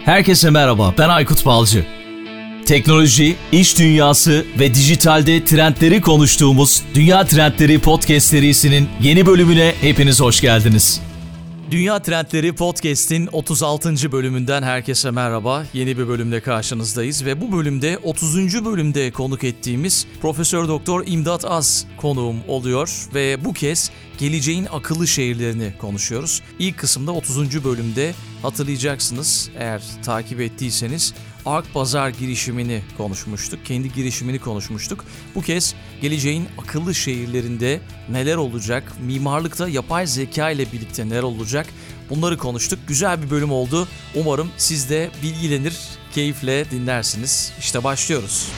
Herkese merhaba, ben Aykut Balcı. Teknoloji, iş dünyası ve dijitalde trendleri konuştuğumuz Dünya Trendleri Podcast serisinin yeni bölümüne hepiniz hoş geldiniz. Dünya Trendleri Podcast'in 36. bölümünden herkese merhaba. Yeni bir bölümde karşınızdayız ve bu bölümde 30. bölümde konuk ettiğimiz Profesör Doktor İmdat Az konuğum oluyor ve bu kez geleceğin akıllı şehirlerini konuşuyoruz. İlk kısımda 30. bölümde hatırlayacaksınız eğer takip ettiyseniz Ark Pazar girişimini konuşmuştuk. Kendi girişimini konuşmuştuk. Bu kez geleceğin akıllı şehirlerinde neler olacak? Mimarlıkta yapay zeka ile birlikte neler olacak? Bunları konuştuk. Güzel bir bölüm oldu. Umarım siz de bilgilenir, keyifle dinlersiniz. İşte başlıyoruz.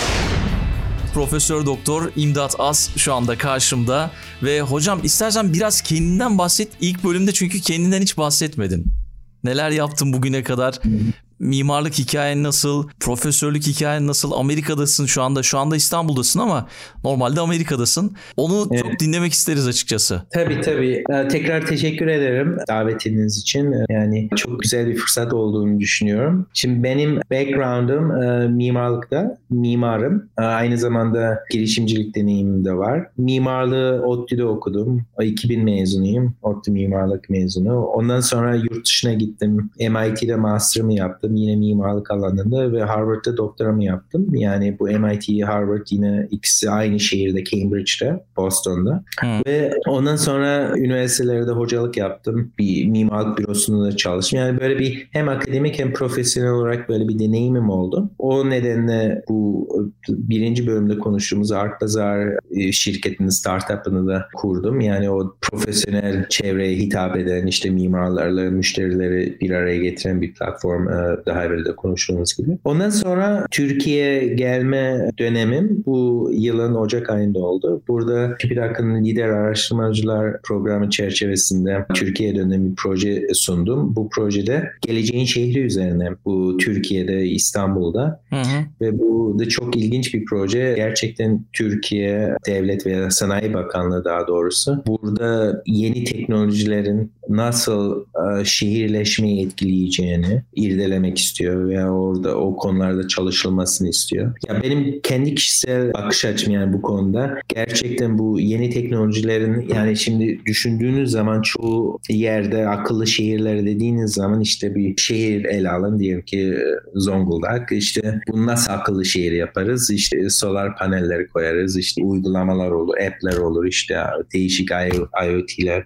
Profesör Doktor İmdat Az şu anda karşımda ve hocam istersen biraz kendinden bahset. İlk bölümde çünkü kendinden hiç bahsetmedin. Neler yaptın bugüne kadar? Mimarlık hikayen nasıl? Profesörlük hikayen nasıl? Amerika'dasın şu anda. Şu anda İstanbul'dasın ama normalde Amerika'dasın. Onu çok dinlemek isteriz açıkçası. Tabii. Tekrar teşekkür ederim davetiniz için. Yani çok güzel bir fırsat olduğunu düşünüyorum. Şimdi benim background'um mimarlıkta. Mimarım. Aynı zamanda girişimcilik deneyimim de var. Mimarlığı ODTÜ'de okudum. 2000 mezunuyum. ODTÜ mimarlık mezunu. Ondan sonra yurt dışına gittim. MIT'de master'ımı yaptım. Yine mimarlık alanında ve Harvard'da doktoramı yaptım. Yani bu MIT, Harvard yine ikisi aynı şehirde, Cambridge'de, Boston'da. Ve ondan sonra üniversitelerde hocalık yaptım. Bir mimarlık bürosunda da çalıştım. Yani böyle bir hem akademik hem profesyonel olarak böyle bir deneyimim oldu. O nedenle bu birinci bölümde konuştuğumuz Ark Pazar şirketinin startup'ını da kurdum. Yani o profesyonel çevreye hitap eden işte mimarlarla müşterileri bir araya getiren bir platform, daha evvel de konuştuğumuz gibi. Ondan sonra Türkiye'ye gelme dönemim bu yılın Ocak ayında oldu. Burada TÜBİTAK'ın Lider Araştırmacılar Programı çerçevesinde Türkiye dönemi bir proje sundum. Bu projede geleceğin şehri üzerine bu Türkiye'de, İstanbul'da. Ve bu da çok ilginç bir proje. Gerçekten Türkiye Devlet veya Sanayi Bakanlığı daha doğrusu burada yeni teknolojilerin nasıl şehirleşmeyi etkileyeceğini irdelemek istiyor veya orada o konularda çalışılmasını istiyor. Ya benim kendi kişisel bakış açım yani bu konuda gerçekten bu yeni teknolojilerin yani şimdi düşündüğünüz zaman çoğu yerde akıllı şehirler dediğiniz zaman işte bir şehir ele alın diyelim ki Zonguldak işte bunu nasıl akıllı şehir yaparız işte solar panelleri koyarız işte uygulamalar olur app'ler olur işte değişik IoT'ler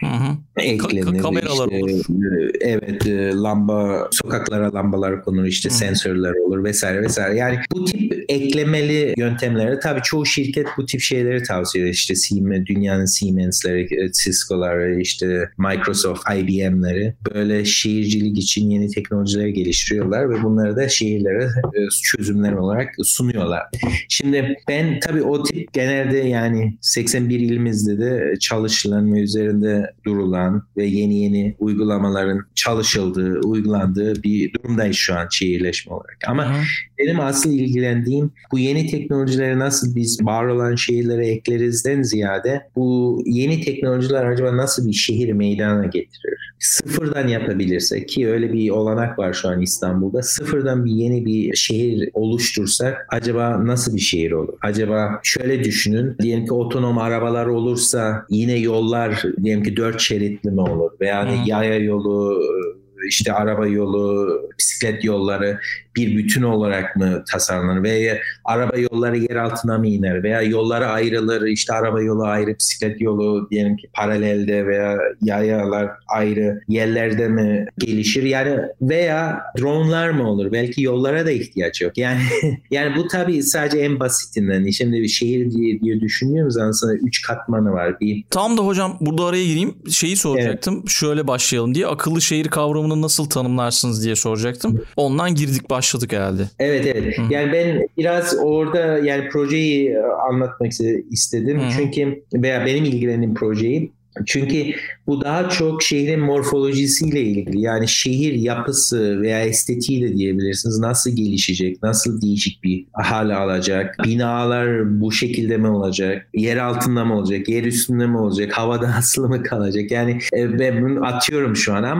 eklenir. Kameralar işte, olur. Evet lamba sokaklara lambalar konur işte sensörler olur vesaire. Yani bu tip eklemeli yöntemleri tabii çoğu şirket bu tip şeyleri tavsiye ediyor. İşte dünyanın Siemens'leri, Cisco'ları, işte Microsoft, IBM'leri böyle şehircilik için yeni teknolojiler geliştiriyorlar ve bunları da şehirlere çözümler olarak sunuyorlar. Şimdi ben tabii o tip genelde yani 81 ilimizde de çalışılan ve üzerinde durulan ve yeni uygulamaların çalışıldığı, uygulandığı bir durumdayız şu an şehirleşme olarak. Ama benim asıl ilgilendiğim bu yeni teknolojileri nasıl biz var olan şehirlere eklerizden ziyade bu yeni teknolojiler acaba nasıl bir şehir meydana getirir? Sıfırdan yapabilirsek ki öyle bir olanak var şu an İstanbul'da. Sıfırdan yeni bir şehir oluştursak acaba nasıl bir şehir olur? Acaba şöyle düşünün. Diyelim ki otonom arabalar olursa yine yollar diyelim ki 4 şeritli mi olur? Veya yaya yolu, işte araba yolu, bisiklet yolları bir bütün olarak mı tasarlanır veya araba yolları yer altına mı iner veya yollara ayrılır işte araba yolu ayrı bisiklet yolu diyelim ki paralelde veya yayalar ayrı yerlerde mi gelişir yani veya dronelar mı olur belki yollara da ihtiyaç yok yani bu tabii sadece en basitinden şimdi bir şehir diye düşündüğümüz zaman aslında 3 katmanı var bir. Tam da hocam burada araya gireyim şeyi soracaktım şöyle başlayalım diye akıllı şehir kavramını nasıl tanımlarsınız diye soracaktım ondan girdik başladık herhalde. Evet. Yani ben biraz orada yani projeyi anlatmak istedim. Çünkü veya benim ilgilendiğim projeyi çünkü bu daha çok şehrin morfolojisiyle ilgili. Yani şehir yapısı veya estetiği de diyebilirsiniz. Nasıl gelişecek? Nasıl değişik bir hale alacak? Binalar bu şekilde mi olacak? Yer altında mı olacak? Yer üstünde mi olacak? Havada asılı mı kalacak? Yani ben bunu atıyorum şu an ama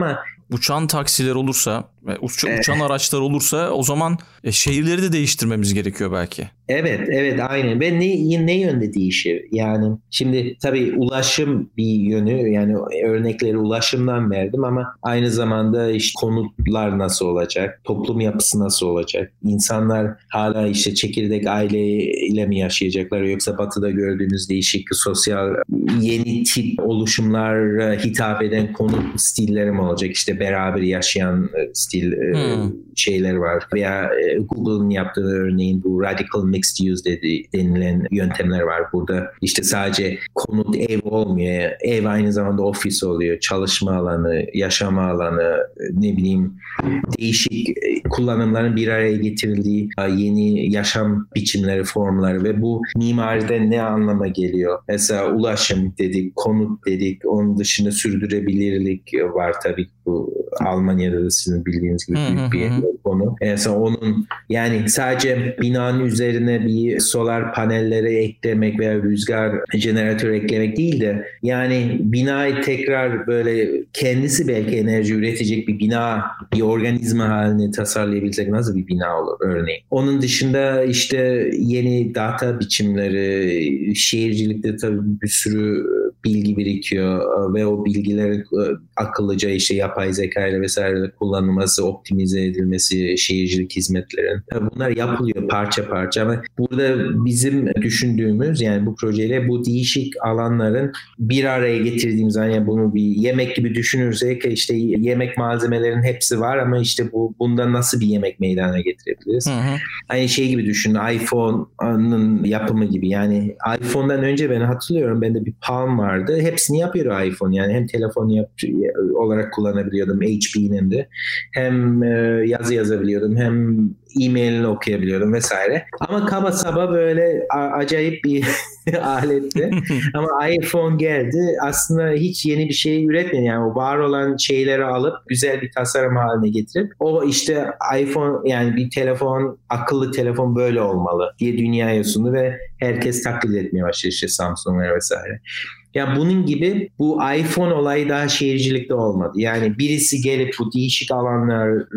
uçan taksiler olursa, uçan araçlar olursa o zaman şehirleri de değiştirmemiz gerekiyor belki. Evet aynen. Ve ne yönde değişir? Yani şimdi tabii ulaşım bir yönü, yani örnekleri ulaşımdan verdim ama aynı zamanda işte konutlar nasıl olacak? Toplum yapısı nasıl olacak? İnsanlar hala işte çekirdek aileyle mi yaşayacaklar, yoksa batıda gördüğümüz değişik sosyal yeni tip oluşumlara hitap eden konut stilleri mi olacak? İşte beraber yaşayan stil şeyler var. Veya Google'ın yaptığı örneğin bu radical mixed use denilen yöntemler var. Burada işte sadece konut ev olmuyor. Ev aynı zamanda ofis oluyor. Çalışma alanı, yaşama alanı, ne bileyim değişik kullanımların bir araya getirildiği yeni yaşam biçimleri, formları ve bu mimaride ne anlama geliyor? Mesela ulaşım dedik, konut dedik. Onun dışında sürdürülebilirlik var tabii. Bu Almanya'da da sizin bildiğiniz gibi büyük bir konu. Mesela onun, yani sadece binanın üzerine bir solar panelleri eklemek veya rüzgar jeneratörü eklemek değil de, yani binayı tekrar böyle kendisi belki enerji üretecek bir bina, bir organizma haline tasarlayabilsek nasıl bir bina olur örneğin. Onun dışında işte yeni data biçimleri, şehircilikte tabii bir sürü bilgi birikiyor ve o bilgileri akıllıca işte yapay zeka ile vesaire kullanılması, optimize edilmesi, şehircilik hizmetlerin. Tabii bunlar yapılıyor parça parça ama burada bizim düşündüğümüz, yani bu projeyle bu değişik alanların bir araya getirdiğimiz zaman, yani bunu bir yemek gibi düşünürsek işte yemek malzemelerinin hepsi var ama işte bundan nasıl bir yemek meydana getirebiliriz? Aynı şey gibi düşünün, iPhone'un yapımı gibi. Yani iPhone'dan önce ben hatırlıyorum, bende bir Palm vardı. Hepsini yapıyordu iPhone. Yani hem telefon olarak kullanabiliyordum HP'nin de. Hem yazı yazabiliyordum, hem e-mailini okuyabiliyordum vesaire. Ama kaba saba böyle acayip bir aletti. Ama iPhone geldi. Aslında hiç yeni bir şey üretmedi. Yani o var olan şeyleri alıp güzel bir tasarım haline getirip o işte iPhone, yani bir telefon, akıllı telefon böyle olmalı diye dünyaya sundu ve herkes taklit etmeye başladı, işte Samsung'lar vesaire. Ya bunun gibi bu iPhone olayı daha şehircilikte olmadı. Yani birisi gelip bu değişik alanları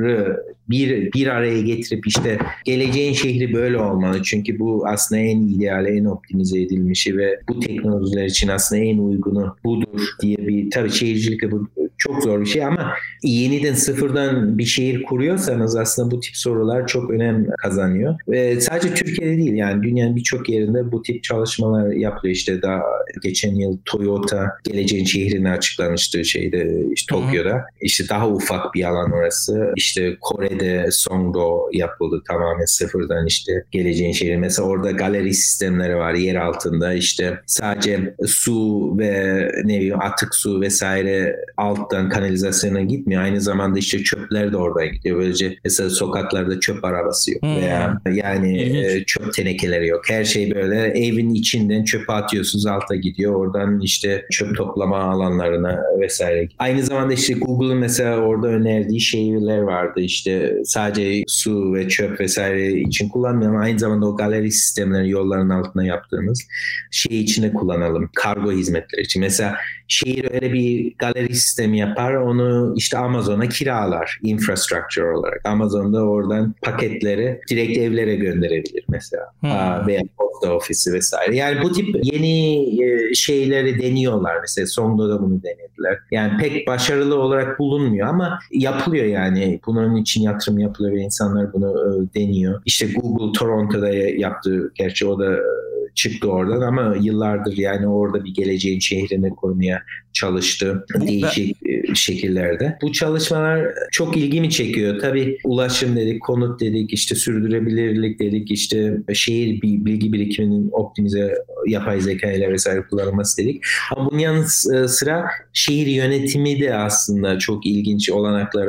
bir araya getirip işte geleceğin şehri böyle olmalı. Çünkü bu aslında en ideal, en optimize edilmişi ve bu teknolojiler için aslında en uygunu budur diye bir, tabii şehircilikte bu çok zor bir şey ama yeniden sıfırdan bir şehir kuruyorsanız aslında bu tip sorular çok önem kazanıyor. Ve sadece Türkiye'de değil, yani dünyanın birçok yerinde bu tip çalışmalar yapılıyor. İşte daha geçen yıl Toyota geleceğin şehrini açıklamıştı işte Tokyo'da. İşte daha ufak bir alan orası. İşte Kore'de Songdo yapıldı tamamen sıfırdan, işte geleceğin şehri. Mesela orada galeri sistemleri var yer altında. İşte sadece su ve ne bileyim atık su vesaire alttan kanalizasyona gitmiyor. Aynı zamanda işte çöpler de oradan gidiyor. Böylece mesela sokaklarda çöp arabası yok veya yani çöp tenekeleri yok. Her şey böyle evin içinden çöpe atıyorsunuz, alta gidiyor. Oradan işte çöp toplama alanlarına vesaire. Aynı zamanda işte Google'ın mesela orada önerdiği şehirler vardı. İşte sadece su ve çöp vesaire için kullanmıyor ama aynı zamanda o galeri sistemleri yolların altına yaptığımız şey içinde kullanalım. Kargo hizmetleri için. Mesela şehir öyle bir galeri sistemi yapar, onu işte Amazon'a kiralar infrastructure olarak. Amazon'da oradan paketleri direkt evlere gönderebilir mesela. Veya posta ofisi vesaire. Yani bu tip yeni şeyleri deniyorlar. Mesela Songdo'da bunu denediler. Yani pek başarılı olarak bulunmuyor ama yapılıyor yani. Bunun için yatırım yapılıyor ve insanlar bunu deniyor. İşte Google Toronto'da yaptı. Gerçi o da çıktı oradan ama yıllardır yani orada bir geleceğin şehrini kurmaya çalıştı değişik şekillerde. Bu çalışmalar çok ilgimi çekiyor. Tabii ulaşım dedik, konut dedik, işte sürdürülebilirlik dedik, işte şehir bilgi birikiminin optimize yapay zeka ile vesaire kullanılması dedik. Ama bunun yanı sıra şehir yönetimi de aslında çok ilginç olanaklara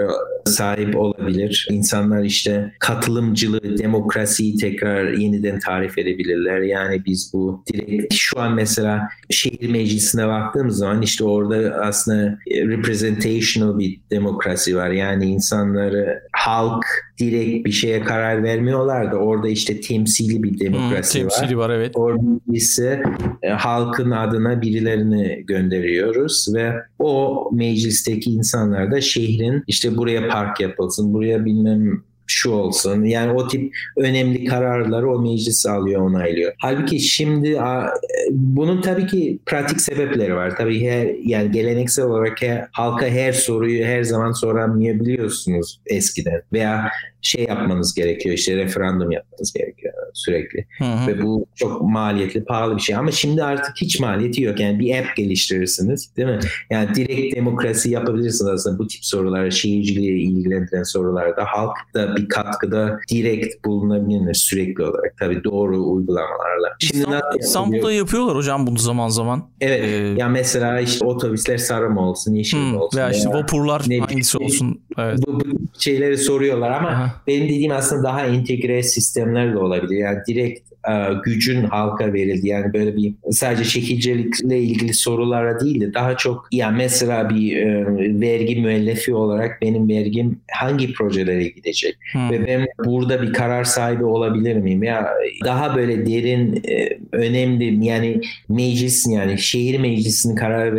sahip olabilir. İnsanlar işte katılımcılığı, demokrasiyi tekrar yeniden tarif edebilirler. Yani biz bu direkt şu an mesela şehir meclisine baktığımız zaman işte orada aslında representational bir demokrasi var. Yani insanları halk direkt bir şeye karar vermiyorlar da orada işte temsili bir demokrasi var. Temsili var, evet. Orada ise halkın adına birilerini gönderiyoruz ve o meclisteki insanlar da şehrin işte buraya park yapılsın, buraya bilmem şu olsun. Yani o tip önemli kararları o meclis alıyor, onaylıyor. Halbuki şimdi bunun tabii ki pratik sebepleri var. Tabii yani geleneksel olarak halka her soruyu her zaman soramayabiliyorsunuz eskiden. Veya yapmanız gerekiyor, işte referandum yapmanız gerekiyor sürekli. Ve bu çok maliyetli, pahalı bir şey. Ama şimdi artık hiç maliyeti yok. Yani bir app geliştirirsiniz, değil mi? Yani direkt demokrasi yapabilirsiniz aslında bu tip sorulara, şehirciliği ilgilendiren sorularda. Halk da bir katkıda direkt bulunabilir sürekli olarak. Tabii doğru uygulamalarla. Şimdi İstanbul'da yapıyorlar hocam bunu zaman zaman. Evet. Yani mesela işte otobüsler sarı mı olsun, yeşil mi olsun? Veya işte vapurlar hangisi olsun? Evet. Bu şeyleri soruyorlar ama benim dediğim aslında daha entegre sistemler de olabilir. Yani direkt gücün halka verildi. Yani böyle bir sadece şehircilikle ilgili sorulara değil de daha çok yani mesela bir vergi müellefi olarak benim vergim hangi projelere gidecek? Ve ben burada bir karar sahibi olabilir miyim? Ya daha böyle derin önemli yani meclis yani şehir meclisinin karar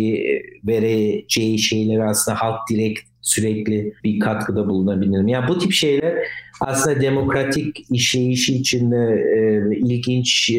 vereceği şeyleri aslında halk direkt sürekli bir katkıda bulunabilir. Yani bu tip şeyler aslında demokratik işleyişi içinde ilginç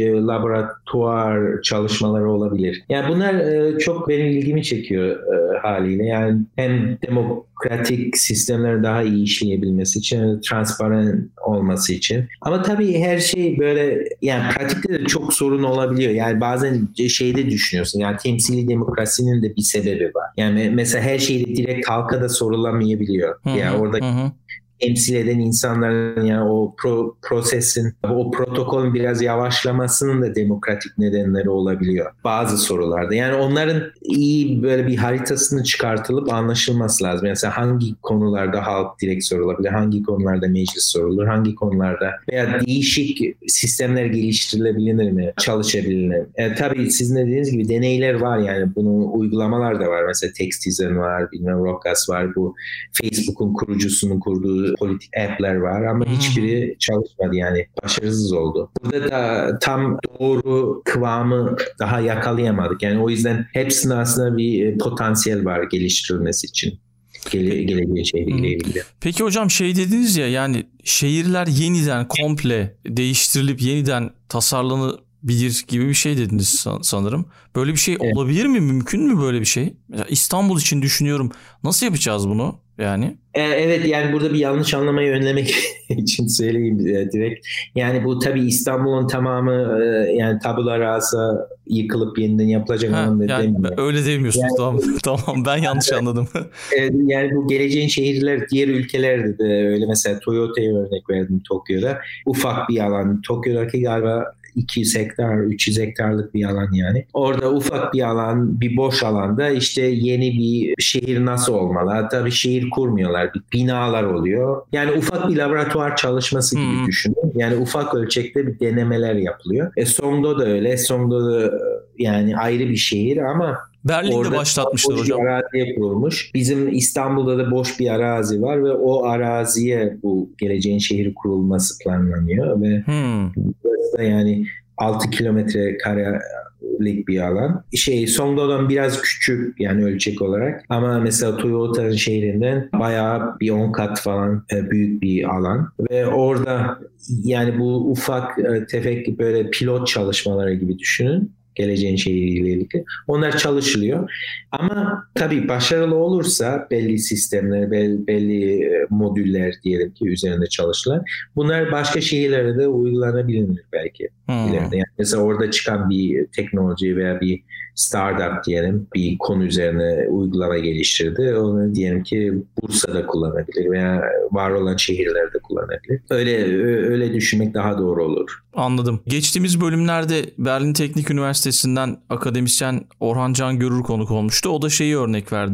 laboratuvar çalışmaları olabilir. Yani bunlar çok benim ilgimi çekiyor haliyle. Yani hem demokratik sistemlerin daha iyi işleyebilmesi için, transparan olması için. Ama tabii her şey böyle yani pratikte de çok sorun olabiliyor. Yani bazen şeyde düşünüyorsun. Yani temsili demokrasinin de bir sebebi var. Yani mesela her şeyde direkt halka da sorulamayabiliyor. Yani orada temsil eden insanların yani o prosesin, o protokolün biraz yavaşlamasının da demokratik nedenleri olabiliyor bazı sorularda. Yani onların iyi böyle bir haritasını çıkartılıp anlaşılması lazım. Mesela hangi konularda halk direkt sorulabilir, hangi konularda meclis sorulur, hangi konularda veya değişik sistemler geliştirilebilir mi, çalışabilir mi? Tabii sizin dediğiniz gibi deneyler var yani bunun uygulamalar da var. Mesela Textizen var, bilmem Rockas var, bu Facebook'un kurucusunun kurduğu politik app'ler var ama hiçbiri çalışmadı yani başarısız oldu. Burada da tam doğru kıvamı daha yakalayamadık. Yani o yüzden hepsinin aslında bir potansiyel var geliştirilmesi için. Geleceği şehriyle ilgili. Peki hocam dediniz ya yani şehirler yeniden komple değiştirilip yeniden tasarlanabilir gibi bir şey dediniz sanırım. Böyle bir şey olabilir mi? Mümkün mü böyle bir şey? Mesela İstanbul için düşünüyorum. Nasıl yapacağız bunu yani? Evet yani burada bir yanlış anlamayı önlemek için söyleyeyim direkt. Yani bu tabii İstanbul'un tamamı yani tabula rasa yıkılıp yeniden yapılacak anlamda yani demiyorum. Öyle demiyorsunuz yani, tamam ben yanlış anladım. Yani bu geleceğin şehirler diğer ülkelerde de öyle mesela Toyota'ya örnek verdim Tokyo'da. Ufak bir alan. Tokyo'daki galiba 200 hektar, 300 hektarlık bir alan yani. Orada ufak bir alan, bir boş alanda işte yeni bir şehir nasıl olmalı? Hatta bir şehir kurmuyorlar. Bir binalar oluyor. Yani ufak bir laboratuvar çalışması gibi düşünün. Yani ufak ölçekte bir denemeler yapılıyor. Songdo da öyle. Songdo da yani ayrı bir şehir ama Berlin'de başlatmışlar hocam. Boş bir araziye kurulmuş. Bizim İstanbul'da da boş bir arazi var ve o araziye bu geleceğin şehri kurulması planlanıyor ve burası da yani 6 kilometre karelik bir alan. Songdo'dan biraz küçük yani ölçek olarak ama mesela Toyota'nın şehrinden bayağı bir 10 kat falan büyük bir alan ve orada yani bu ufak tefek böyle pilot çalışmaları gibi düşünün. Geleceğin şehriyle ilgili. Onlar çalışılıyor. Ama tabii başarılı olursa belli sistemler, belli modüller diyelim ki üzerinde çalışılan. Bunlar başka şehirlere de uygulanabilir belki. Yani mesela orada çıkan bir teknoloji veya bir startup diyelim bir konu üzerine uygulama geliştirdi. Onu diyelim ki Bursa'da kullanabilir veya var olan şehirlerde kullanabilir. Öyle düşünmek daha doğru olur. Anladım. Geçtiğimiz bölümlerde Berlin Teknik Üniversitesi'nden akademisyen Orhan Can Görür konuk olmuştu. O da örnek verdi.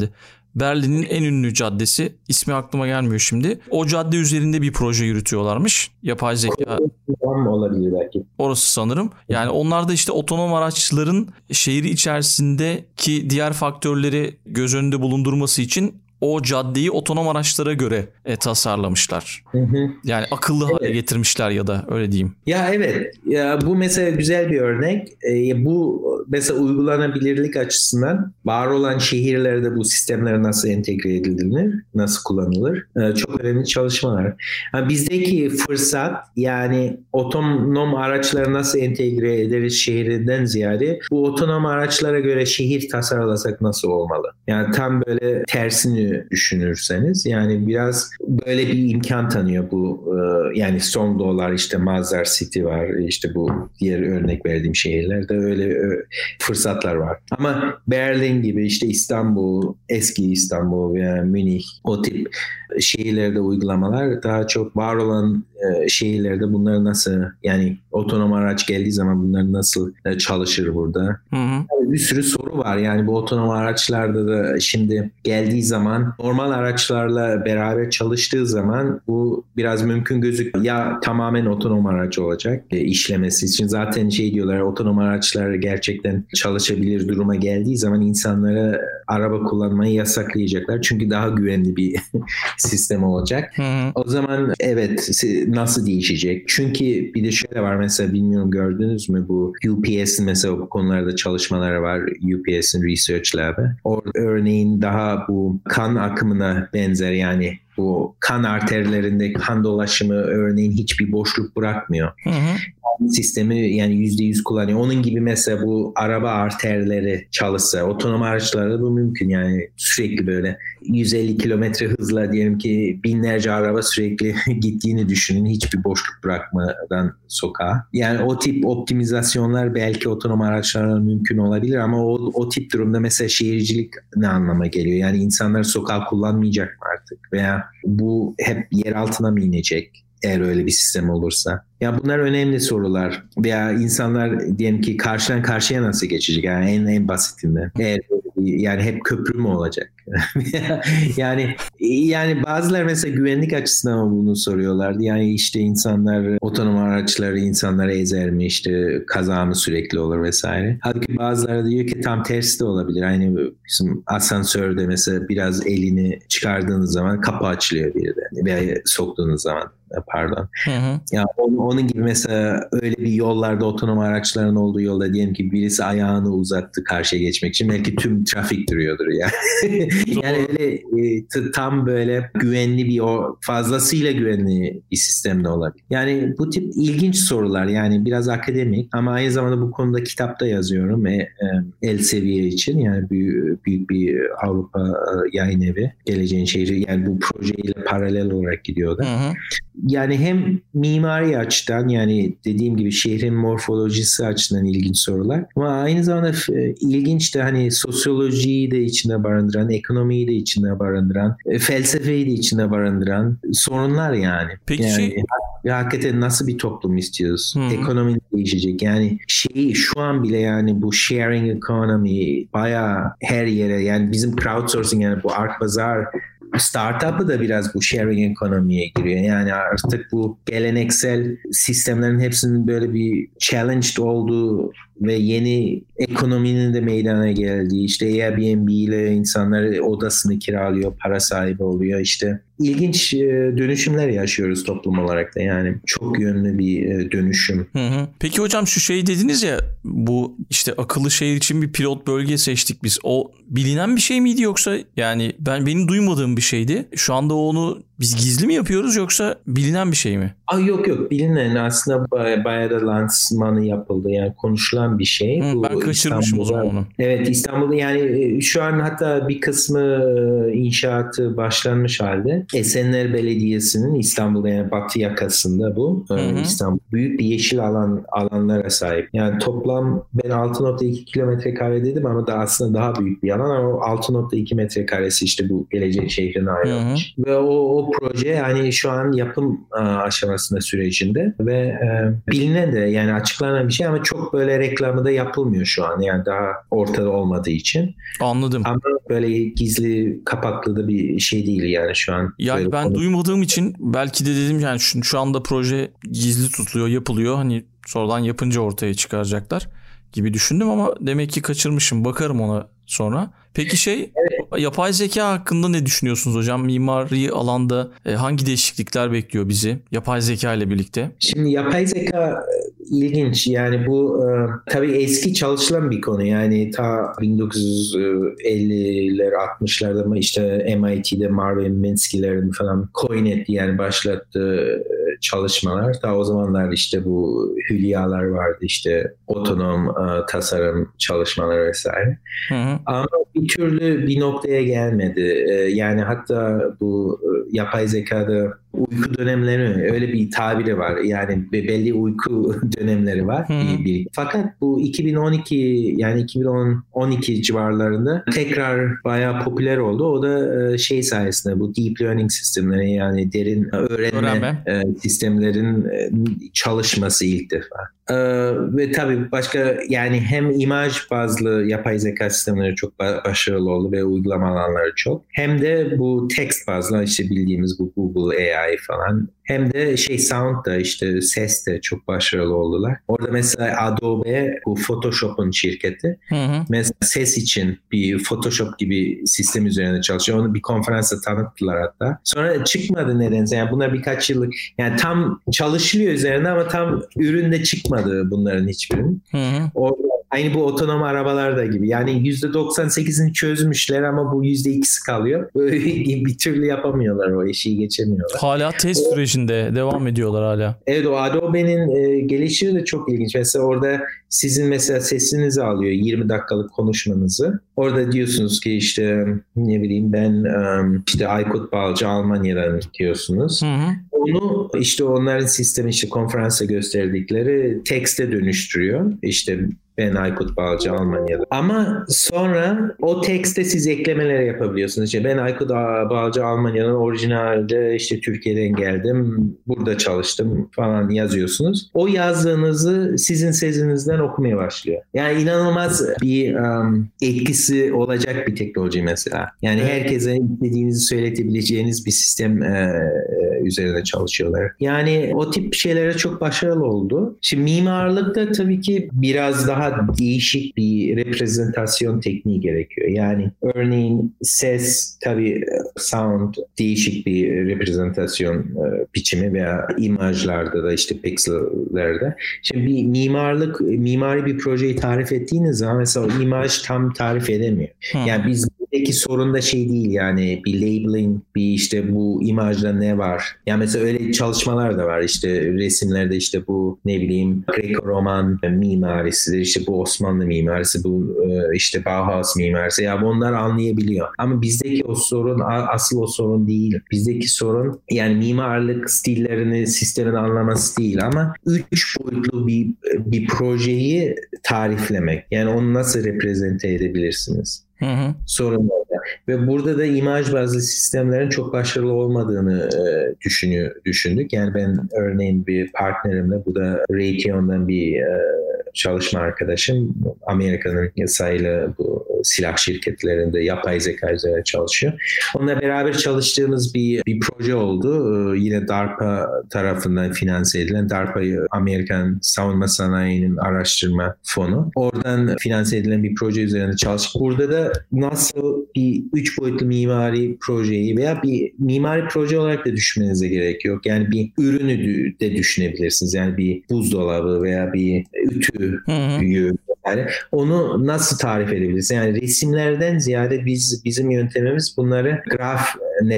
Berlin'in en ünlü caddesi. İsmi aklıma gelmiyor şimdi. O cadde üzerinde bir proje yürütüyorlarmış. Yapay zeka. Olabilir belki. Orası sanırım. Yani onlar da işte otonom araçların şehir içerisindeki diğer faktörleri göz önünde bulundurması için o caddeyi otonom araçlara göre tasarlamışlar. Yani akıllı hale getirmişler ya da öyle diyeyim. Ya evet. Ya bu mesela güzel bir örnek. Bu mesela uygulanabilirlik açısından var olan şehirlerde bu sistemler nasıl entegre edilir, nasıl kullanılır? Çok önemli çalışmalar. Bizdeki fırsat yani otonom araçları nasıl entegre ederiz şehirden ziyade bu otonom araçlara göre şehir tasarlasak nasıl olmalı? Yani tam böyle tersini düşünürseniz yani biraz böyle bir imkan tanıyor bu yani Songdo'lar işte Mazar City var işte bu diğer örnek verdiğim şehirlerde öyle fırsatlar var. Ama Berlin gibi işte İstanbul, eski İstanbul veya Münih o tip şehirlerde uygulamalar daha çok var olan şehirlerde bunlar nasıl yani otonom araç geldiği zaman bunlar nasıl çalışır burada? Yani bir sürü soru var yani bu otonom araçlarda da şimdi geldiği zaman normal araçlarla beraber çalıştığı zaman bu biraz mümkün gözüküyor. Ya tamamen otonom araç olacak işlemesi için zaten şey diyorlar otonom araçlar gerçekten çalışabilir duruma geldiği zaman insanlara araba kullanmayı yasaklayacaklar. Çünkü daha güvenli bir sistem olacak. O zaman evet nasıl değişecek? Çünkü bir de şöyle var mesela bilmiyorum gördünüz mü bu UPS'in mesela bu konularda çalışmaları var. UPS'in Research Lab'ı. Örneğin daha bu kan akımına benzer yani bu kan arterlerinde kan dolaşımı örneğin hiçbir boşluk bırakmıyor. Sistemi yani %100 kullanıyor. Onun gibi mesela bu araba arterleri çalışsa otonom araçlarda bu mümkün yani sürekli böyle 150 kilometre hızla diyelim ki binlerce araba sürekli gittiğini düşünün hiçbir boşluk bırakmadan sokağa. Yani o tip optimizasyonlar belki otonom araçlarla mümkün olabilir ama o tip durumda mesela şehircilik ne anlama geliyor? Yani insanlar sokağı kullanmayacak mı artık? Veya bu hep yer altına mı inecek? Eğer öyle bir sistem olursa. Ya bunlar önemli sorular. Veya insanlar diyelim ki karşıdan karşıya nasıl geçecek? Yani en basitinden. Eğer yani hep köprü mü olacak? yani bazıları mesela güvenlik açısından bunu soruyorlardı. Yani işte insanlar otonom araçları insanları ezer mi? İşte kaza mı sürekli olur vesaire. Halbuki bazıları diyor ki tam tersi de olabilir. Aynı bizim asansörde mesela biraz elini çıkardığınız zaman kapı açılıyor birden. Veya soktuğunuz zaman pardon. Ya onun gibi mesela öyle bir yollarda otonom araçların olduğu yolda diyelim ki birisi ayağını uzattı karşıya geçmek için belki tüm trafik duruyordur yani. Yani öyle tam böyle güvenli bir fazlasıyla güvenli bir sistem de olabilir. Yani bu tip ilginç sorular yani biraz akademik ama aynı zamanda bu konuda kitapta yazıyorum Elsevier için yani büyük bir Avrupa yayın evi Geleceğin Şehri yani bu projeyle paralel olarak gidiyordu. Yani hem mimari açıdan yani dediğim gibi şehrin morfolojisi açısından ilginç sorular ama aynı zamanda ilginç de hani sosyolojiyi de içine barındıran, ekonomiyi de içine barındıran, felsefeyi de içine barındıran sorunlar yani. Peki yani hakikaten nasıl bir toplum istiyoruz? Ekonomi değişecek. Yani şu an bile yani bu sharing economy bayağı her yere yani bizim crowdsourcing yani bu Art Bazaar startup'ı da biraz bu sharing ekonomiye giriyor. Yani artık bu geleneksel sistemlerin hepsinin böyle bir challenged olduğu ve yeni ekonominin de meydana geldiği işte Airbnb ile insanlar odasını kiralıyor, para sahibi oluyor işte. İlginç dönüşümler yaşıyoruz toplum olarak da yani çok yönlü bir dönüşüm. Peki hocam şu şey dediniz ya bu işte akıllı şehir için bir pilot bölge seçtik biz. O bilinen bir şey miydi yoksa yani benim duymadığım bir şeydi. Şu anda onu biz gizli mi yapıyoruz yoksa bilinen bir şey mi? Yok bilinen aslında bayağı da lansmanı yapıldı yani konuşulan bir şey. Ben kaçırmışım o zaman onu. Evet İstanbul'da yani şu an hatta bir kısmı inşaatı başlanmış halde. Esenler Belediyesi'nin İstanbul'da yani batı yakasında bu. İstanbul büyük bir yeşil alanlara sahip. Yani toplam ben 6.2 kilometre kare dedim ama da aslında daha büyük bir alan ama o 6.2 metrekaresi işte bu Geleceğin Şehri'ne ayrılmış. Ve o o proje hani şu an yapım aşamasında sürecinde ve bilinen de yani açıklanan bir şey ama çok böyle reklamı da yapılmıyor şu an yani daha ortada olmadığı için. Anladım. Ama böyle gizli kapaklı da bir şey değil yani şu an. Yani ben duymadığım için belki de dedim yani şu anda proje gizli tutuluyor, yapılıyor. Hani sonradan yapınca ortaya çıkaracaklar gibi düşündüm ama demek ki kaçırmışım. Bakarım ona sonra. Peki evet. Yapay zeka hakkında ne düşünüyorsunuz hocam? Mimari alanda hangi değişiklikler bekliyor bizi yapay zeka ile birlikte? Şimdi yapay zeka ilginç. Yani bu tabii eski çalışılan bir konu. Yani ta 1950'ler 60'larda mı işte MIT'de Marvin Minsky'lerin falan coin ettiği yani başlattığı çalışmalar. Ta o zamanlar işte bu hülyalar vardı işte otonom tasarım çalışmaları vesaire. Hı. Ama bir türlü bir noktaya gelmedi. Yani hatta bu yapay zekada uyku dönemleri öyle bir tabiri var. Yani belli uyku dönemleri var. Fakat bu 2012 yani 2012 civarlarında tekrar bayağı popüler oldu. O da şey sayesinde bu deep learning sistemleri yani derin öğrenme. Sistemlerin çalışması ilk defa. Ve tabii başka yani hem imaj bazlı yapay zeka sistemleri çok başarılı oldu ve uygulama alanları çok. Hem de bu text bazlı işte bildiğimiz bu Google AI falan. Hem de sound da işte ses de çok başarılı oldular. Orada mesela Adobe bu Photoshop'un şirketi. Mesela ses için bir Photoshop gibi sistem üzerinde çalışıyor. Onu bir konferansta tanıttılar hatta. Sonra çıkmadı nedense. Yani bunlar birkaç yıllık yani tam çalışılıyor üzerinde ama tam üründe çıkmadı bunların hiçbirinin. Orada aynı bu otonom arabalarda gibi. Yani %98'ini çözmüşler ama bu %2'si kalıyor. Böyle bir türlü yapamıyorlar o işi geçemiyorlar. Hala test sürecinde devam ediyorlar hala. Evet o Adobe'nin gelişimi de çok ilginç. Mesela orada sizin mesela sesinizi alıyor 20 dakikalık konuşmanızı. Orada diyorsunuz ki işte ne bileyim ben işte Aykut Balcı Almanya'dan diyorsunuz. Onu işte onların sistemi işte konferansa gösterdikleri tekste dönüştürüyor. İşte ben Aykut Balcı Almanya'da. Ama sonra o tekste siz eklemeler yapabiliyorsunuz. İşte ben Aykut Balcı Almanya'dan orijinalde işte Türkiye'den geldim. Burada çalıştım falan yazıyorsunuz. O yazdığınızı sizin sesinizden okumaya başlıyor. Yani inanılmaz bir etkisi olacak bir teknoloji mesela. Yani herkese istediğinizi söyletebileceğiniz bir sistem üzerine çalışıyorlar. Yani o tip şeylere çok başarılı oldu. Şimdi mimarlıkta tabii ki biraz daha değişik bir reprezentasyon tekniği gerekiyor. Yani örneğin ses tabii sound değişik bir reprezentasyon biçimi veya imajlarda da işte piksellerde. Şimdi bir mimari bir projeyi tarif ettiğiniz zaman mesela o imaj tam tarif edemiyor. Yani bizdeki sorun da şey değil yani bir labeling bir işte bu imajda ne var? Yani mesela öyle çalışmalar da var işte resimlerde işte bu ne bileyim Greco-Roman mimarisidir işte bu Osmanlı mimarisi bu işte Bauhaus mimarisi ya bunlar anlayabiliyor. Ama bizdeki o sorun asıl o sorun değil. Bizdeki sorun yani mimarlık stillerini sistemin anlaması değil ama 3 boyutlu bir projeyi tariflemek. Yani onu nasıl reprezente edebilirsiniz? Sorun orada. Ve burada da imaj bazlı sistemlerin çok başarılı olmadığını düşündük. Yani ben örneğin bir partnerimle bu da Raytheon'dan bir çalışma arkadaşım Amerika'nın sayılı bu silah şirketlerinde yapay zeka üzerine çalışıyor. Onunla beraber çalıştığımız bir proje oldu. Yine DARPA tarafından finanse edilen DARPA Amerikan Savunma Sanayi'nin araştırma fonu. Oradan finanse edilen bir proje üzerinde çalıştık. Burada da nasıl bir 3 boyutlu mimari projeyi veya bir mimari proje olarak da düşünmenize gerek yok. Yani bir ürünü de düşünebilirsiniz. Yani bir buzdolabı veya bir ütü yani onu nasıl tarif edebiliriz? Yani resimlerden ziyade bizim yöntemimiz bunları graf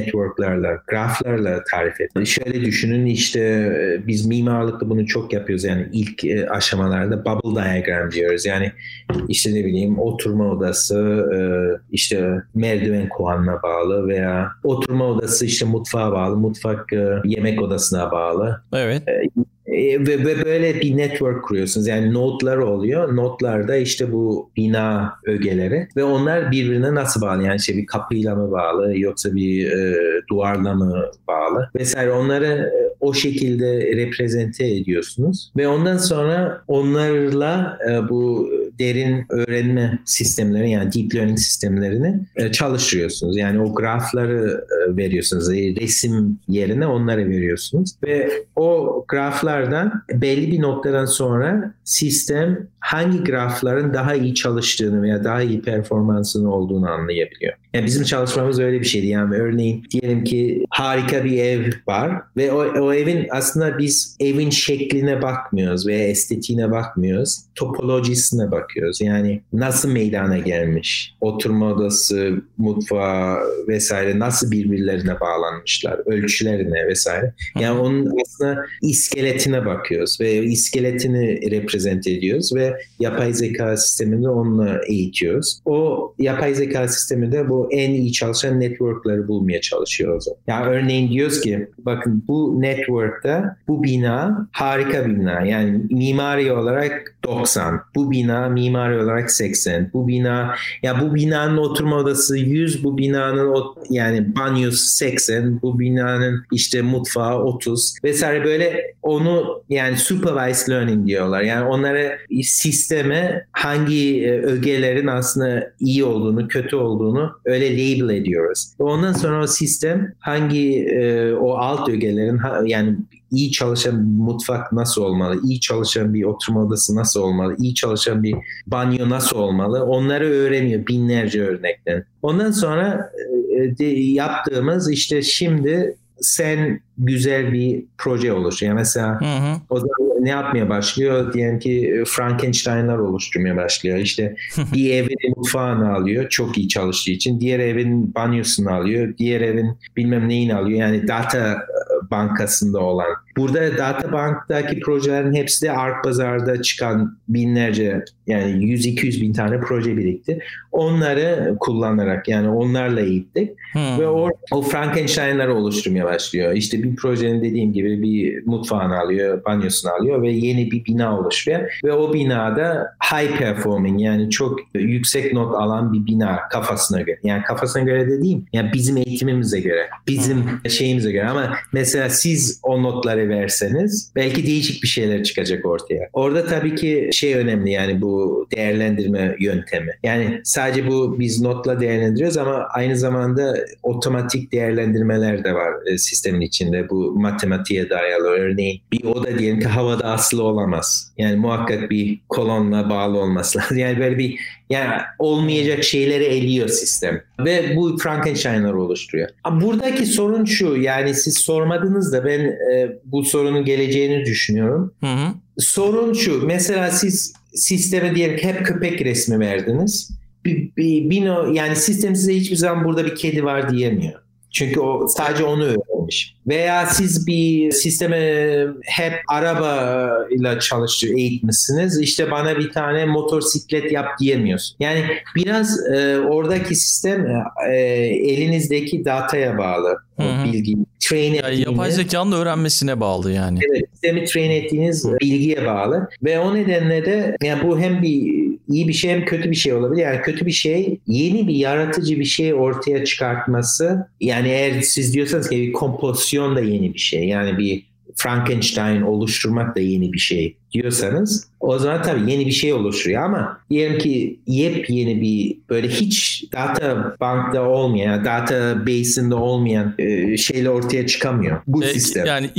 graflarla tarif etmek. Şöyle düşünün işte biz mimarlıkta bunu çok yapıyoruz. Yani ilk aşamalarda bubble diagram diyoruz. Yani işte ne bileyim oturma odası işte merdiven kovanına bağlı veya oturma odası işte mutfağa bağlı, mutfak yemek odasına bağlı. Evet. Ve böyle bir network kuruyorsunuz. Yani nodlar oluyor. Nodlarda işte bu bina ögeleri ve onlar birbirine nasıl bağlı? Yani işte bir kapıyla mı bağlı yoksa bir duvarla mı bağlı? Vesaire onları o şekilde reprezente ediyorsunuz ve ondan sonra onlarla bu derin öğrenme sistemleri yani deep learning sistemlerini çalıştırıyorsunuz. Yani o grafları veriyorsunuz. Resim yerine onları veriyorsunuz ve o graflardan belli bir noktadan sonra sistem hangi grafların daha iyi çalıştığını veya daha iyi performansının olduğunu anlayabiliyor. Yani bizim çalışmamız öyle bir şeydi. Yani örneğin diyelim ki harika bir ev var ve o evin aslında biz evin şekline bakmıyoruz veya estetiğine bakmıyoruz. Topolojisine bakıyoruz. Yani nasıl meydana gelmiş? Oturma odası, mutfağı vesaire nasıl birbirlerine bağlanmışlar? Ölçülerine vesaire. Yani onun aslında iskeletine bakıyoruz ve iskeletini reprezente ediyoruz ve yapay zeka sisteminde onunla eğitiyoruz. O yapay zeka sistemi de bu en iyi çalışan network'ları bulmaya çalışıyor o zaman. Yani örneğin diyoruz ki bakın bu network'ta bu bina harika bir bina. Yani mimari olarak 90. Bu bina mimari olarak 80. Bu bina ya bu binanın oturma odası 100. Bu binanın yani banyosu 80. Bu binanın işte mutfağı 30 vesaire böyle onu yani supervised learning diyorlar. Yani onlara sisteme hangi ögelerin aslında iyi olduğunu, kötü olduğunu öyle label ediyoruz. Ondan sonra o sistem hangi o alt ögelerin yani iyi çalışan bir mutfak nasıl olmalı, iyi çalışan bir oturma odası nasıl olmalı, iyi çalışan bir banyo nasıl olmalı onları öğreniyor binlerce örnekten. Ondan sonra yaptığımız işte şimdi sen güzel bir proje oluşturuyor. Yani mesela o da ne yapmaya başlıyor? Diyelim ki Frankenstein'lar oluşturmaya başlıyor. İşte bir evin mutfağını alıyor çok iyi çalıştığı için. Diğer evin banyosunu alıyor. Diğer evin bilmem neyini alıyor. Yani data bankasında olan. Burada data banktaki projelerin hepsi de Art Bazar'da çıkan binlerce yani 100-200 bin tane proje birikti. Onları kullanarak yani onlarla eğittik ve o Frankenstein'ları oluşturmaya başlıyor. İşte bir projenin dediğim gibi bir mutfağını alıyor, banyosunu alıyor ve yeni bir bina oluşturuyor ve o binada high performing yani çok yüksek not alan bir bina kafasına göre. Yani kafasına göre dediğim yani bizim eğitimimize göre, bizim şeyimize göre ama mesela siz o notları verseniz belki değişik bir şeyler çıkacak ortaya. Orada tabii ki şey önemli yani bu değerlendirme yöntemi. Yani sadece bu biz notla değerlendiriyoruz ama aynı zamanda otomatik değerlendirmeler de var sistemin içinde. Bu matematiğe dayalı. Örneğin bir oda diyelim ki havada asılı olamaz. Yani muhakkak bir kolonla bağlı olması lazım. Yani böyle bir yani olmayacak şeyleri eliyor sistem. Ve bu Frankenstein'lar oluşturuyor. Buradaki sorun şu yani siz sormadınız da ben bu sorunun geleceğini düşünüyorum. Sorun şu mesela siz sisteme diyelim hep köpek resmi verdiniz. Yani sistem size hiçbir zaman burada bir kedi var diyemiyor. Çünkü o sadece onu öğrenmiş. Veya siz bir sisteme hep arabayla eğitmişsiniz. İşte bana bir tane motosiklet yap diyemiyorsun. Yani biraz oradaki sistem elinizdeki dataya bağlı. Bilgi train ettiğiniz. Yapay zekanın öğrenmesine bağlı yani. Evet, sistemi train ettiğiniz bilgiye bağlı. Ve o nedenle de yani bu hem bir iyi bir şey hem kötü bir şey olabilir. Yani kötü bir şey yeni bir yaratıcı bir şey ortaya çıkartması. Yani eğer siz diyorsanız ki bir kompozisyon da yeni bir şey. Yani bir Frankenstein oluşturmak da yeni bir şey diyorsanız o zaman tabii yeni bir şey oluşturuyor ama diyelim ki yepyeni bir böyle hiç data bankta olmayan, data base'inde olmayan şeyle ortaya çıkamıyor bu sistem. Yani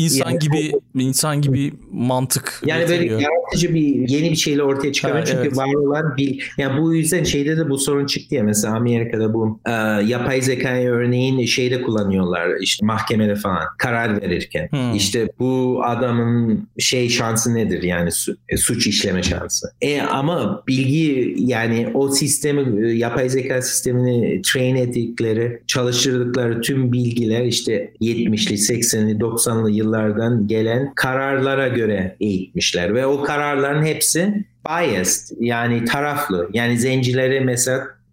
insan gibi mantık. Yani getiriyor. böyle yaratıcı bir yeni bir şeyle ortaya çıkamıyor çünkü evet. Var olan yani bu yüzden şeyde de bu sorun çıktı ya mesela Amerika'da bu yapay zekayı örneğin şeyde kullanıyorlar işte mahkemede falan karar verirken işte bu adamın şansı nedir yani suç işleme şansı. Ama bilgi yani o sistemi yapay zeka sistemini train ettikleri, çalıştırdıkları tüm bilgiler işte 70'li, 80'li, 90'lı yıllardan gelen kararlara göre eğitmişler ve o kararların hepsi biased yani taraflı. Yani zencileri mesela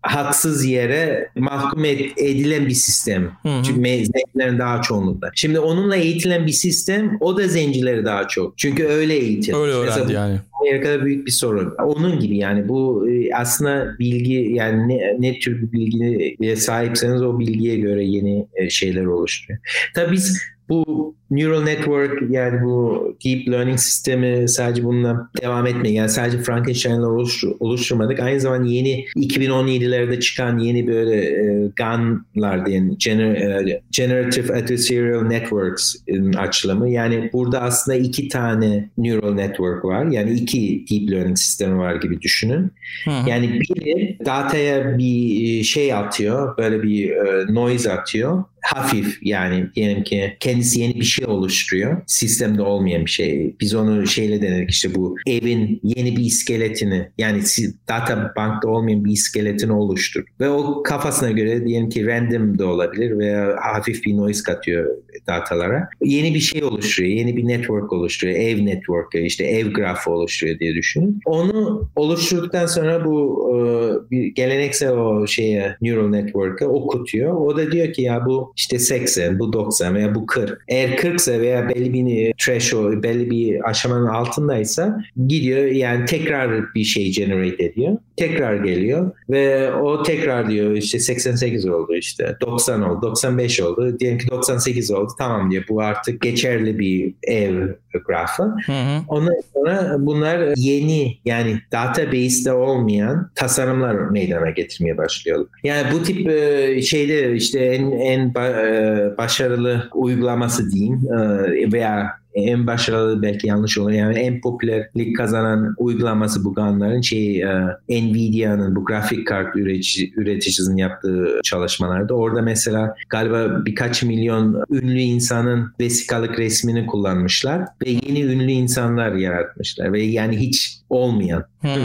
haksız yere mahkum edilen bir sistem. Çünkü zencilerin daha çoğunlukla. Şimdi onunla eğitilen bir sistem, o da zencileri daha çok. Çünkü öyle eğitim. Öyle öğrendi yani. Amerika'da büyük bir sorun. Onun gibi yani bu aslında bilgi, yani ne tür bir bilgiye sahipseniz o bilgiye göre yeni şeyler oluşturuyor. Tabii biz bu neural network, yani bu deep learning sistemi sadece bununla devam etmeyin. Yani sadece Frankenstein'lar oluşturmadık. Aynı zamanda yeni 2017'lerde çıkan yeni böyle GAN'lar diyen Generative Adversarial Networks'ın açılımı. Yani burada aslında 2 tane neural network var. Yani 2 deep learning sistemi var gibi düşünün. Yani biri dataya bir şey atıyor, böyle bir noise atıyor. Hafif, yani diyelim ki kendisi yeni bir şey oluşturuyor. Sistemde olmayan bir şey. Biz onu şeyle denedik, işte bu evin yeni bir iskeletini, yani data bankta olmayan bir iskeletini oluştur. Ve o kafasına göre diyelim ki random da olabilir veya hafif bir noise katıyor datalara. Yeni bir şey oluşturuyor. Yeni bir network oluşturuyor. Ev network'ı, işte ev grafı oluşturuyor diye düşünün. Onu oluşturduktan sonra bu bir geleneksel o neural network'ı okutuyor. O da diyor ki ya bu işte 80, bu 90 veya bu 40. Eğer 40 ise veya belli bir threshold, belli bir aşamanın altındaysa gidiyor, yani tekrar bir şey generate ediyor. Tekrar geliyor ve o tekrar diyor işte 88 oldu, işte 90 oldu, 95 oldu. Diyelim ki 98 oldu. Tamam diyor, bu artık geçerli bir ev grafı. Ondan sonra bunlar yeni, yani database'de olmayan tasarımlar meydana getirmeye başlıyorlar. Yani bu tip şeyde işte en başarılı uygulaması diyeyim veya en başarılı, belki yanlış olur, yani en popülerlik kazanan uygulaması bu GAN'ların Nvidia'nın bu grafik kart üreticisinin yaptığı çalışmalarda. Orada mesela galiba birkaç milyon ünlü insanın vesikalık resmini kullanmışlar ve yeni ünlü insanlar yaratmışlar ve yani hiç olmayan.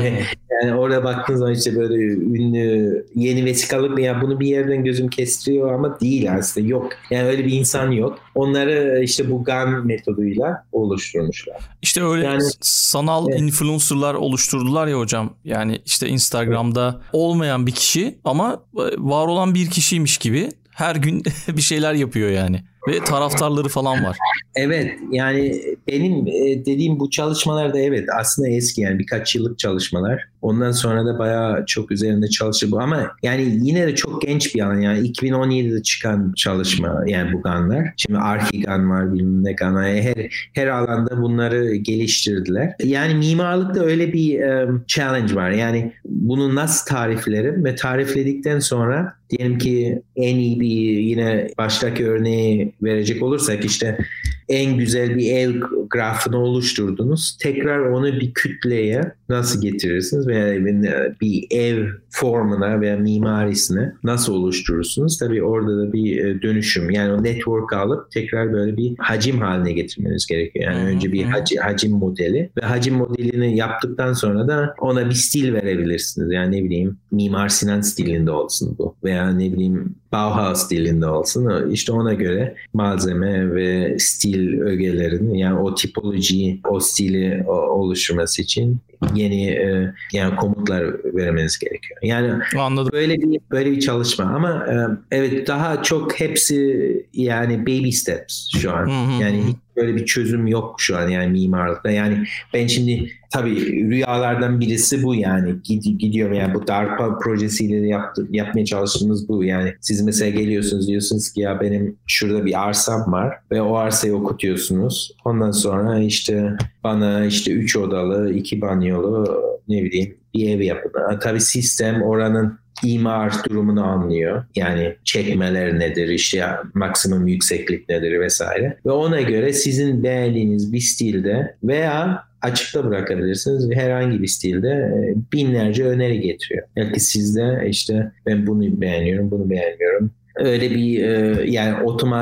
Yani orada baktığınız zaman işte böyle ünlü yeni vesikalık, ya bunu bir yerden gözüm kestiriyor ama değil aslında, yok. Yani öyle bir insan yok. Onları işte bu GAN metoduyla oluşturmuşlar. İşte öyle yani, sanal influencerlar oluşturdular ya hocam. Yani işte Instagram'da olmayan bir kişi ama var olan bir kişiymiş gibi her gün bir şeyler yapıyor yani. Ve taraftarları falan var. Evet, yani benim dediğim bu çalışmalar da evet aslında eski, yani birkaç yıllık çalışmalar. Ondan sonra da bayağı çok üzerinde çalışıyor bu, ama yani yine de çok genç bir alan, yani 2017'de çıkan çalışma yani bu GAN'lar. Şimdi Archigan var, bilmem ne GAN var. Her alanda bunları geliştirdiler. Yani mimarlıkta öyle bir challenge var. Yani bunu nasıl tariflerim ve tarifledikten sonra diyelim ki en iyi bir, yine baştaki örneği verecek olursak, işte en güzel bir ev grafını oluşturdunuz. Tekrar onu bir kütleye nasıl getirirsiniz veya bir ev formuna veya mimarisine nasıl oluşturursunuz? Tabii orada da bir dönüşüm. Yani o network alıp tekrar böyle bir hacim haline getirmeniz gerekiyor. Yani önce bir hacim modeli ve hacim modelini yaptıktan sonra da ona bir stil verebilirsiniz. Yani ne bileyim Mimar Sinan stilinde olsun bu veya ne bileyim Bauhaus dilinde olsun. İşte ona göre malzeme ve stil ögelerini, yani o tipolojiyi, o stili oluşturması için yeni yani komutlar vermeniz gerekiyor. Yani anladım. Böyle bir çalışma ama evet daha çok hepsi yani baby steps şu an. Yani hiç böyle bir çözüm yok şu an yani mimarlıkta. Yani ben şimdi tabii rüyalardan birisi bu, yani gidiyorum yani bu DARPA projesiyle yapmaya çalıştığımız bu. Yani siz mesela geliyorsunuz, diyorsunuz ki ya benim şurada bir arsam var ve o arsayı okutuyorsunuz. Ondan sonra işte bana işte 3 odalı 2 banyolu ne bileyim bir ev yapın. Tabii sistem oranın imar durumunu anlıyor. Yani çekmeler nedir, işte maksimum yükseklik nedir vesaire. Ve ona göre sizin beğendiğiniz bir stilde veya açıkta bırakabilirsiniz. Herhangi bir stilde binlerce öneri getiriyor. Belki sizde işte ben bunu beğeniyorum, bunu beğenmiyorum. Öyle bir yani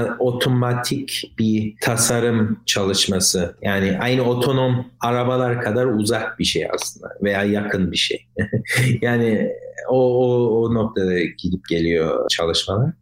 otomatik bir tasarım çalışması. Yani aynı otonom arabalar kadar uzak bir şey aslında veya yakın bir şey. Yani o noktada gidip geliyor çalışmalar.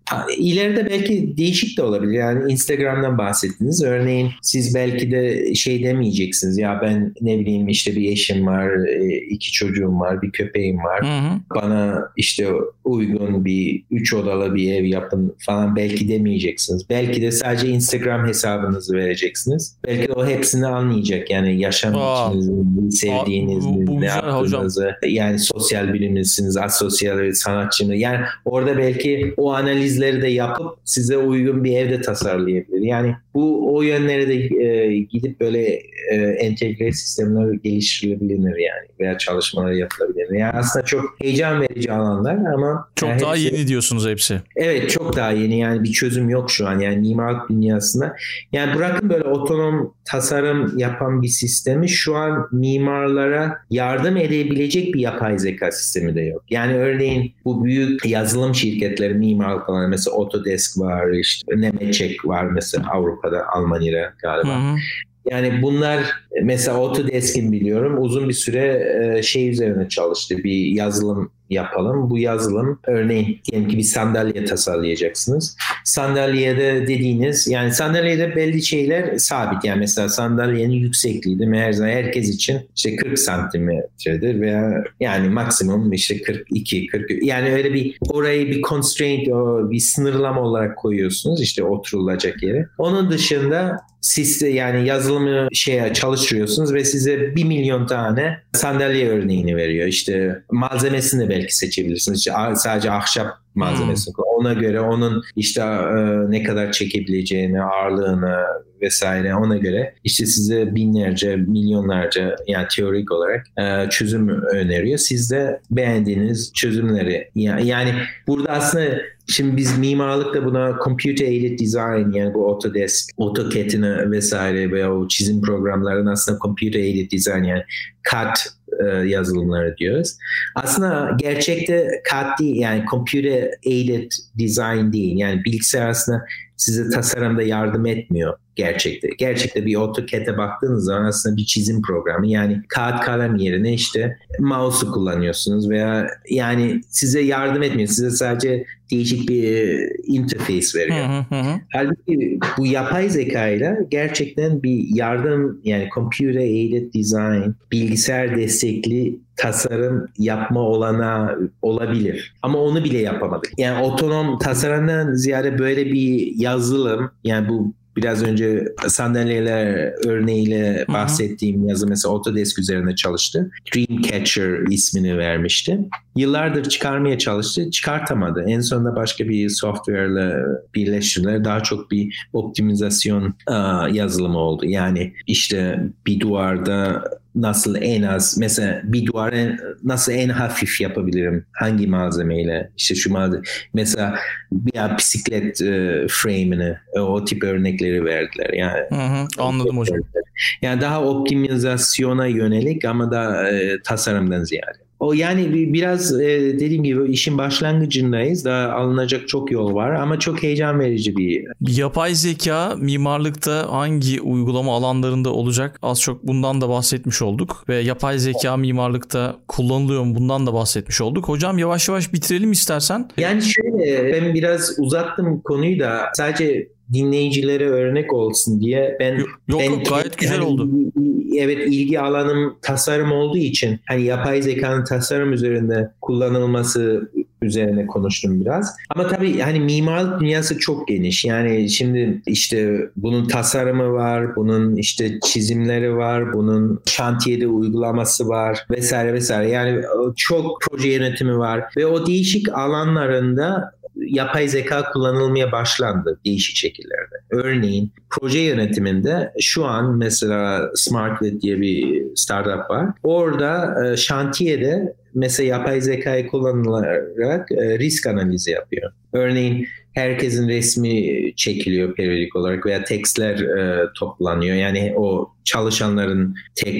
İleride belki değişik de olabilir. Yani Instagram'dan bahsettiniz. Örneğin siz belki de şey demeyeceksiniz. Ya ben ne bileyim işte bir eşim var, 2 çocuğum var, bir köpeğim var. Bana işte uygun bir 3 odalı bir ev yapın falan belki demeyeceksiniz. Belki de sadece Instagram hesabınızı vereceksiniz. Belki de o hepsini anlayacak. Yani yaşam biçiminizi, sevdiğinizi, ne yaptığınızı, yani sosyal bilimcisiniz, asosyal sanatçı mı? Yani orada belki o analizleri de yapıp size uygun bir evde tasarlayabilir. Yani bu o yönlere de gidip böyle entegre sistemler geliştirilebilir yani veya çalışmalar yapılabilir. Yani aslında çok heyecan verici alanlar ama çok daha yeni diyorsunuz hepsi. Evet, çok daha yeni, yani bir çözüm yok şu an yani mimarlık dünyasında. Yani bırakın böyle otonom tasarım yapan bir sistemi, şu an mimarlara yardım edebilecek bir yapay zeka sistemi de yok. Yani örneğin bu büyük yazılım şirketleri mimarlık alanı, mesela Autodesk var, işte Nemetschek var mesela Avrupa'da, Almanya'da galiba. Yani bunlar mesela Autodesk'in biliyorum uzun bir süre şey üzerine çalıştı. Bir yazılım yapalım. Bu yazılım örneğin diyelim ki bir sandalye tasarlayacaksınız. Sandalyede dediğiniz, yani sandalyede belli şeyler sabit. Yani mesela sandalyenin yüksekliği de her zaman herkes için işte 40 santimetredir veya yani maksimum işte 42, 40. Yani öyle bir orayı bir constraint, bir sınırlama olarak koyuyorsunuz işte oturulacak yere. Onun dışında siz de yani yazılımı çalıştırıyorsunuz ve size 1 milyon tane sandalye örneğini veriyor. İşte malzemesini de belki seçebilirsiniz. İşte sadece ahşap malzemesi. Ona göre onun işte ne kadar çekebileceğini, ağırlığını vesaire, ona göre işte size binlerce, milyonlarca yani teorik olarak çözüm öneriyor. Siz de beğendiğiniz çözümleri yani burada aslında şimdi biz mimarlıkta buna computer aided design, yani bu Autodesk, AutoCAD'ini vesaire veya o çizim programlarının aslında computer aided design, yani CAD yazılımları diyoruz. Aslında gerçekte CAD değil, yani computer aided design değil. Yani bilgisayar aslında size tasarımda yardım etmiyor gerçekte. Gerçekte bir AutoCAD'e baktığınız zaman aslında bir çizim programı. Yani kağıt kalem yerine işte mouse'u kullanıyorsunuz veya yani size yardım etmiyor. Size sadece değişik bir interface veriyor. Halbuki bu yapay zekayla gerçekten bir yardım, yani computer aided design, bilgisayar destekli tasarım yapma olanağı olabilir. Ama onu bile yapamadık. Yani otonom tasarımdan ziyade böyle bir yazılım, yani bu biraz önce sandalyeler örneğiyle bahsettiğim yazı mesela Autodesk üzerine çalıştı. Dreamcatcher ismini vermişti. Yıllardır çıkarmaya çalıştı, çıkartamadı. En sonunda başka bir software'le birleştirdiler. Daha çok bir optimizasyon yazılımı oldu. Yani işte bir duvarda nasıl en az, mesela bir duvarı nasıl en hafif yapabilirim? Hangi malzemeyle? İşte şu malzeme. Mesela bir bisiklet frame'ini, o tip örnekleri verdiler. Yani anladım hocam. Yani daha optimizasyona yönelik ama da tasarımdan ziyade. O yani biraz dediğim gibi işin başlangıcındayız. Daha alınacak çok yol var ama çok heyecan verici bir. Yapay zeka mimarlıkta hangi uygulama alanlarında olacak? Az çok bundan da bahsetmiş olduk. Ve yapay zeka mimarlıkta kullanılıyor mu? Bundan da bahsetmiş olduk. Hocam yavaş yavaş bitirelim istersen. Yani şöyle, ben biraz uzattım konuyu da sadece dinleyicilere örnek olsun diye ben gayet güzel oldu. Evet, ilgi alanım tasarım olduğu için hani yapay zekanın tasarım üzerinde kullanılması üzerine konuştum biraz. Ama tabii hani mimarlık dünyası çok geniş. Yani şimdi işte bunun tasarımı var, bunun işte çizimleri var, bunun şantiyede uygulaması var vesaire vesaire. Yani çok proje yönetimi var ve o değişik alanlarında yapay zeka kullanılmaya başlandı değişik şekillerde. Örneğin proje yönetiminde şu an mesela SmartLit diye bir startup var. Orada şantiyede mesela yapay zekayı kullanılarak risk analizi yapıyor. Örneğin herkesin resmi çekiliyor periyodik olarak veya tekstler toplanıyor. Yani o çalışanların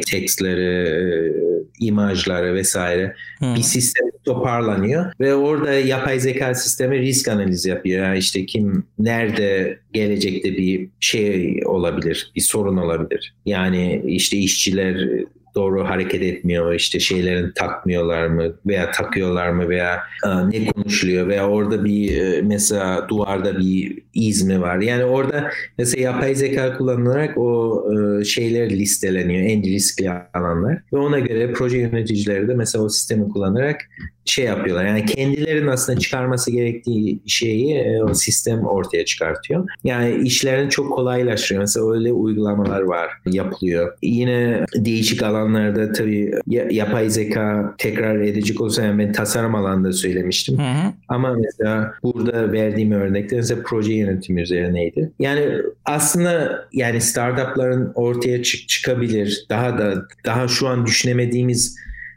tekstleri, imajları vesaire bir sistem toparlanıyor ve orada yapay zeka sistemi risk analizi yapıyor. Yani işte kim nerede gelecekte bir şey olabilir, bir sorun olabilir. Yani işte işçiler doğru hareket etmiyor, işte şeylerin takmıyorlar mı veya takıyorlar mı veya ne konuşuluyor veya orada bir mesela duvarda bir iz mi var? Yani orada mesela yapay zeka kullanılarak o şeyler listeleniyor, en riskli alanlar ve ona göre proje yöneticileri de mesela o sistemi kullanarak şey yapıyorlar. Yani kendilerinin aslında çıkarması gerektiği şeyi o sistem ortaya çıkartıyor. Yani işlerini çok kolaylaştırıyor. Mesela öyle uygulamalar var, yapılıyor. Yine değişik alanlarda tabii yapay zeka tekrar edecek olsa, yani ben tasarım alanında söylemiştim. Ama mesela burada verdiğim örnekte mesela proje yönetimi üzerineydi. Yani aslında yani startupların ortaya çıkabilir. Daha şu an düşünemediğimiz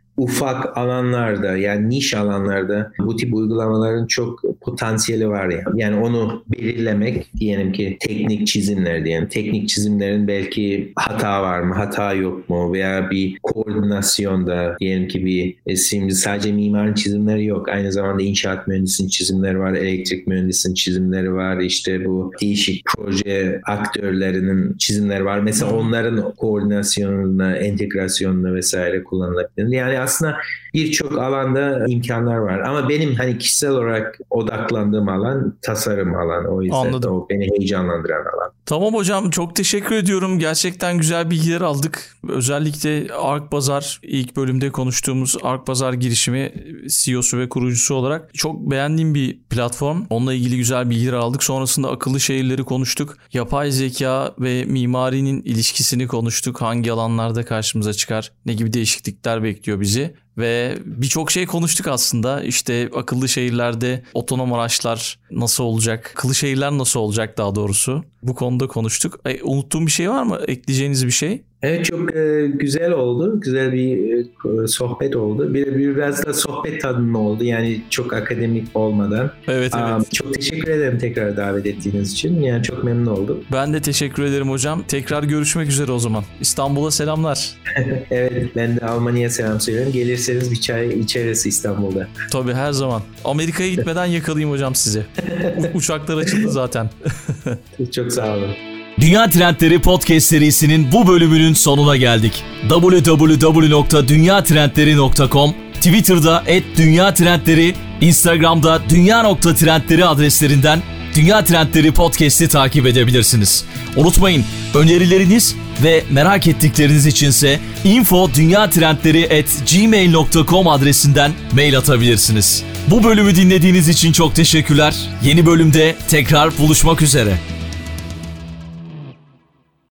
ufak alanlarda, yani niş alanlarda bu tip uygulamaların çok potansiyeli var ya. Yani onu belirlemek, diyelim ki teknik çizimler diyelim. Teknik çizimlerin belki hata var mı, hata yok mu veya bir koordinasyonda diyelim ki şimdi sadece mimarın çizimleri yok. Aynı zamanda inşaat mühendisinin çizimleri var, elektrik mühendisinin çizimleri var. İşte bu değişik proje aktörlerinin çizimleri var. Mesela onların koordinasyonuna, entegrasyonuna vesaire kullanılabilir. Yani aslında birçok alanda imkanlar var. Ama benim hani kişisel olarak odaklandığım alan tasarım alanı. O yüzden Anladım. o beni heyecanlandıran alan. Tamam hocam, çok teşekkür ediyorum. Gerçekten güzel bilgiler aldık. Özellikle ArcBazaar, ilk bölümde konuştuğumuz ArcBazaar girişimi CEO'su ve kurucusu olarak çok beğendiğim bir platform. Onunla ilgili güzel bilgiler aldık. Sonrasında akıllı şehirleri konuştuk. Yapay zeka ve mimarinin ilişkisini konuştuk. Hangi alanlarda karşımıza çıkar? Ne gibi değişiklikler bekliyor bizi? Ve birçok şey konuştuk aslında. İşte akıllı şehirlerde otonom araçlar nasıl olacak? Akıllı şehirler nasıl olacak daha doğrusu? Bu konuda konuştuk. Unuttuğum bir şey var mı? Ekleyeceğiniz bir şey? Evet, çok güzel oldu. Güzel bir sohbet oldu. Biraz da sohbet tadında oldu. Yani çok akademik olmadan. Evet. Çok teşekkür ederim tekrar davet ettiğiniz için. Yani çok memnun oldum. Ben de teşekkür ederim hocam. Tekrar görüşmek üzere o zaman. İstanbul'a selamlar. Evet, ben de Almanya'ya selam söylüyorum. Gelirseniz bir çay içeriz İstanbul'da. Tabii, her zaman. Amerika'ya gitmeden yakalayayım hocam sizi. Uçaklar açıldı zaten. Çok sağ olun. Dünya Trendleri Podcast serisinin bu bölümünün sonuna geldik. www.dünyatrendleri.com, Twitter'da @dünyatrendleri, Instagram'da dünya.trendleri adreslerinden Dünya Trendleri Podcast'i takip edebilirsiniz. Unutmayın, önerileriniz ve merak ettikleriniz içinse info.dünyatrendleri@gmail.com adresinden mail atabilirsiniz. Bu bölümü dinlediğiniz için çok teşekkürler. Yeni bölümde tekrar buluşmak üzere.